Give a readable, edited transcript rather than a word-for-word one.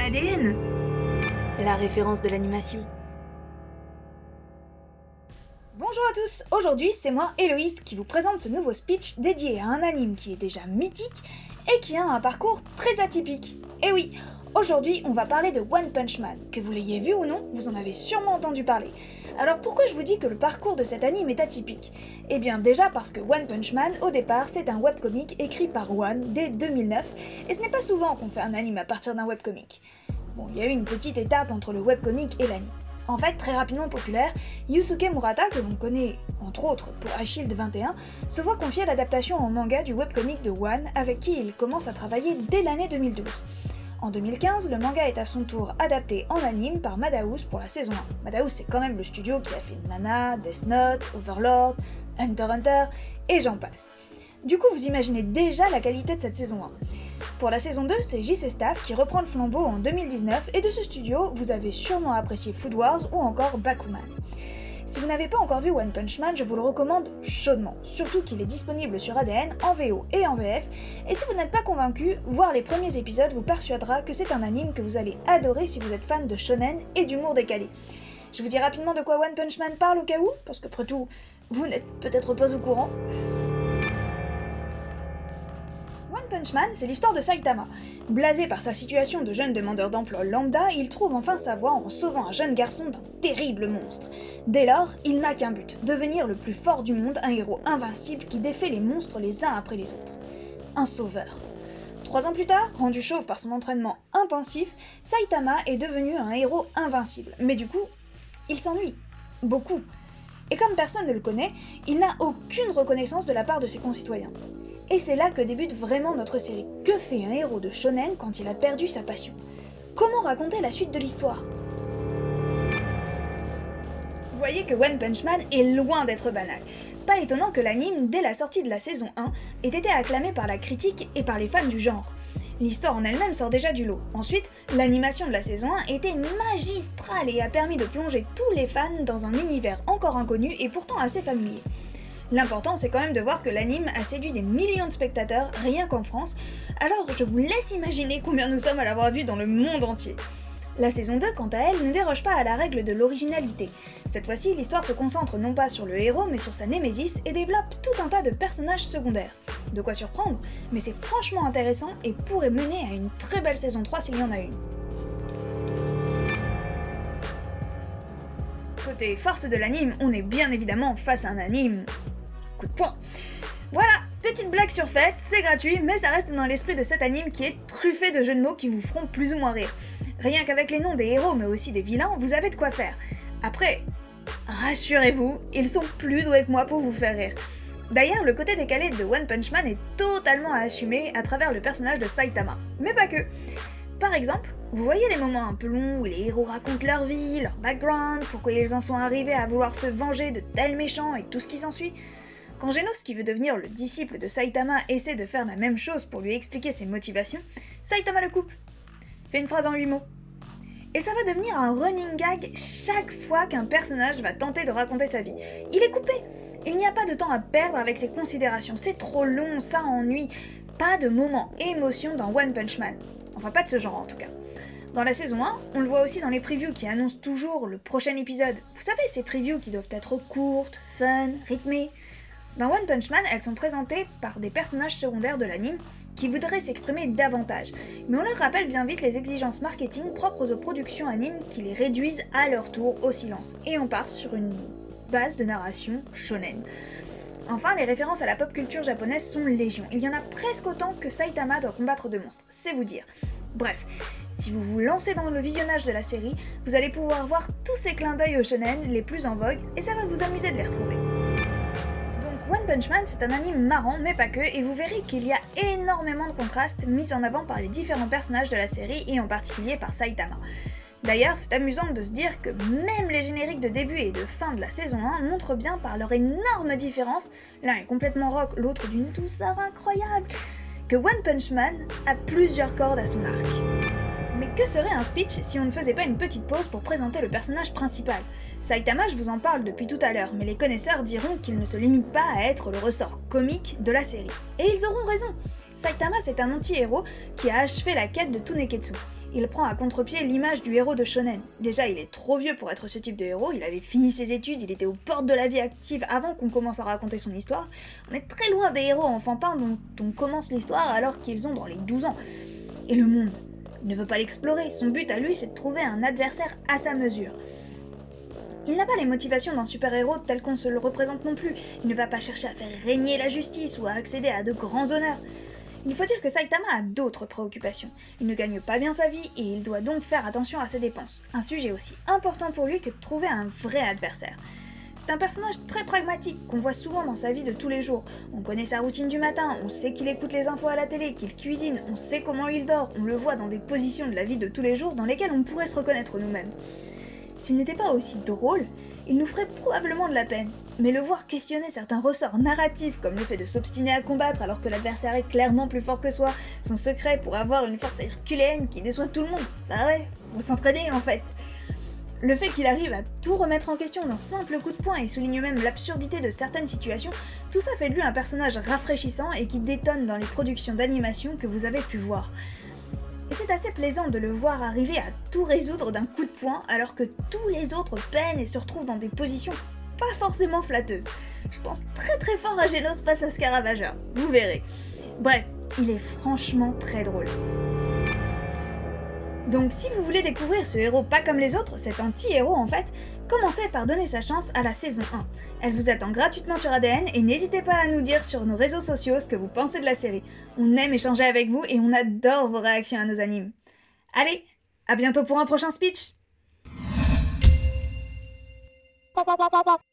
ADN. La référence de l'animation. Bonjour à tous, aujourd'hui c'est moi Héloïse qui vous présente ce nouveau speech dédié à un anime qui est déjà mythique et qui a un parcours très atypique. Et oui, aujourd'hui on va parler de One Punch Man. Que vous l'ayez vu ou non, vous en avez sûrement entendu parler. Alors pourquoi je vous dis que le parcours de cet anime est atypique? Eh bien déjà parce que One Punch Man, au départ, c'est un webcomic écrit par One dès 2009, et ce n'est pas souvent qu'on fait un anime à partir d'un webcomic. Bon, il y a eu une petite étape entre le webcomic et l'anime. En fait, très rapidement populaire, Yusuke Murata, que l'on connaît entre autres pour iShield 21, se voit confier l'adaptation en manga du webcomic de One, avec qui il commence à travailler dès l'année 2012. En 2015, le manga est à son tour adapté en anime par Madhouse pour la saison 1. Madhouse, c'est quand même le studio qui a fait Nana, Death Note, Overlord, Hunter x Hunter, et j'en passe. Du coup, vous imaginez déjà la qualité de cette saison 1. Pour la saison 2, c'est JC Staff qui reprend le flambeau en 2019, et de ce studio, vous avez sûrement apprécié Food Wars ou encore Bakuman. Si vous n'avez pas encore vu One Punch Man, je vous le recommande chaudement, surtout qu'il est disponible sur ADN en VO et en VF, et si vous n'êtes pas convaincu, voir les premiers épisodes vous persuadera que c'est un anime que vous allez adorer si vous êtes fan de shonen et d'humour décalé. Je vous dis rapidement de quoi One Punch Man parle au cas où, parce qu'après tout, vous n'êtes peut-être pas au courant. One Punch Man, c'est l'histoire de Saitama. Blasé par sa situation de jeune demandeur d'emploi lambda, il trouve enfin sa voie en sauvant un jeune garçon d'un terrible monstre. Dès lors, il n'a qu'un but, devenir le plus fort du monde, un héros invincible qui défait les monstres les uns après les autres. Un sauveur. 3 ans plus tard, rendu chauve par son entraînement intensif, Saitama est devenu un héros invincible. Mais du coup, il s'ennuie. Beaucoup. Et comme personne ne le connaît, il n'a aucune reconnaissance de la part de ses concitoyens. Et c'est là que débute vraiment notre série. Que fait un héros de shonen quand il a perdu sa passion? Comment raconter la suite de l'histoire? Vous voyez que One Punch Man est loin d'être banal. Pas étonnant que l'anime, dès la sortie de la saison 1, ait été acclamé par la critique et par les fans du genre. L'histoire en elle-même sort déjà du lot. Ensuite, l'animation de la saison 1 était magistrale et a permis de plonger tous les fans dans un univers encore inconnu et pourtant assez familier. L'important, c'est quand même de voir que l'anime a séduit des millions de spectateurs rien qu'en France, alors je vous laisse imaginer combien nous sommes à l'avoir vu dans le monde entier. La saison 2, quant à elle, ne déroge pas à la règle de l'originalité. Cette fois-ci, l'histoire se concentre non pas sur le héros, mais sur sa némésis et développe tout un tas de personnages secondaires. De quoi surprendre, mais c'est franchement intéressant et pourrait mener à une très belle saison 3 s'il y en a une. Côté force de l'anime, on est bien évidemment face à un anime coup de poing. Voilà, petite blague surfaite, c'est gratuit, mais ça reste dans l'esprit de cet anime qui est truffé de jeux de mots qui vous feront plus ou moins rire. Rien qu'avec les noms des héros mais aussi des vilains, vous avez de quoi faire. Après, rassurez-vous, ils sont plus doués que moi pour vous faire rire. D'ailleurs, le côté décalé de One Punch Man est totalement à assumer à travers le personnage de Saitama. Mais pas que. Par exemple, vous voyez les moments un peu longs où les héros racontent leur vie, leur background, pourquoi ils en sont arrivés à vouloir se venger de tels méchants et tout ce qui s'ensuit. Quand Genos, qui veut devenir le disciple de Saitama, essaie de faire la même chose pour lui expliquer ses motivations, Saitama le coupe. Fait une phrase en 8 mots. Et ça va devenir un running gag chaque fois qu'un personnage va tenter de raconter sa vie. Il est coupé. Il n'y a pas de temps à perdre avec ses considérations, c'est trop long, ça ennuie. Pas de moment émotion dans One Punch Man. Enfin pas de ce genre en tout cas. Dans la saison 1, on le voit aussi dans les previews qui annoncent toujours le prochain épisode. Vous savez, ces previews qui doivent être courtes, fun, rythmées. Dans One Punch Man, elles sont présentées par des personnages secondaires de l'anime qui voudraient s'exprimer davantage, mais on leur rappelle bien vite les exigences marketing propres aux productions animes qui les réduisent à leur tour au silence, et on part sur une base de narration shonen. Enfin, les références à la pop culture japonaise sont légion, il y en a presque autant que Saitama doit combattre de monstres, c'est vous dire. Bref, si vous vous lancez dans le visionnage de la série, vous allez pouvoir voir tous ces clins d'œil au shonen les plus en vogue, et ça va vous amuser de les retrouver. One Punch Man, c'est un anime marrant, mais pas que, et vous verrez qu'il y a énormément de contrastes mis en avant par les différents personnages de la série, et en particulier par Saitama. D'ailleurs, c'est amusant de se dire que même les génériques de début et de fin de la saison 1 montrent bien par leur énorme différence, l'un est complètement rock, l'autre d'une douceur incroyable, que One Punch Man a plusieurs cordes à son arc. Mais que serait un speech si on ne faisait pas une petite pause pour présenter le personnage principal? Saitama, je vous en parle depuis tout à l'heure, mais les connaisseurs diront qu'il ne se limite pas à être le ressort comique de la série. Et ils auront raison. Saitama, c'est un anti-héros qui a achevé la quête de tout Neketsu. Il prend à contre-pied l'image du héros de shonen. Déjà, il est trop vieux pour être ce type de héros, il avait fini ses études, il était aux portes de la vie active avant qu'on commence à raconter son histoire. On est très loin des héros enfantins dont on commence l'histoire alors qu'ils ont dans les 12 ans. Et le monde, il ne veut pas l'explorer, son but à lui c'est de trouver un adversaire à sa mesure. Il n'a pas les motivations d'un super-héros tel qu'on se le représente non plus, il ne va pas chercher à faire régner la justice ou à accéder à de grands honneurs. Il faut dire que Saitama a d'autres préoccupations. Il ne gagne pas bien sa vie et il doit donc faire attention à ses dépenses. Un sujet aussi important pour lui que de trouver un vrai adversaire. C'est un personnage très pragmatique qu'on voit souvent dans sa vie de tous les jours. On connaît sa routine du matin, on sait qu'il écoute les infos à la télé, qu'il cuisine, on sait comment il dort, on le voit dans des positions de la vie de tous les jours dans lesquelles on pourrait se reconnaître nous-mêmes. S'il n'était pas aussi drôle, il nous ferait probablement de la peine. Mais le voir questionner certains ressorts narratifs comme le fait de s'obstiner à combattre alors que l'adversaire est clairement plus fort que soi, son secret pour avoir une force herculéenne qui déçoit tout le monde, bah ouais, faut s'entraider en fait. Le fait qu'il arrive à tout remettre en question d'un simple coup de poing et souligne même l'absurdité de certaines situations, tout ça fait de lui un personnage rafraîchissant et qui détonne dans les productions d'animation que vous avez pu voir. Et c'est assez plaisant de le voir arriver à tout résoudre d'un coup de poing alors que tous les autres peinent et se retrouvent dans des positions pas forcément flatteuses. Je pense très fort à Genos face à Scaravaja, vous verrez. Bref, il est franchement très drôle. Donc si vous voulez découvrir ce héros pas comme les autres, cet anti-héros en fait, commencez par donner sa chance à la saison 1. Elle vous attend gratuitement sur ADN et n'hésitez pas à nous dire sur nos réseaux sociaux ce que vous pensez de la série. On aime échanger avec vous et on adore vos réactions à nos animes. Allez, à bientôt pour un prochain speech!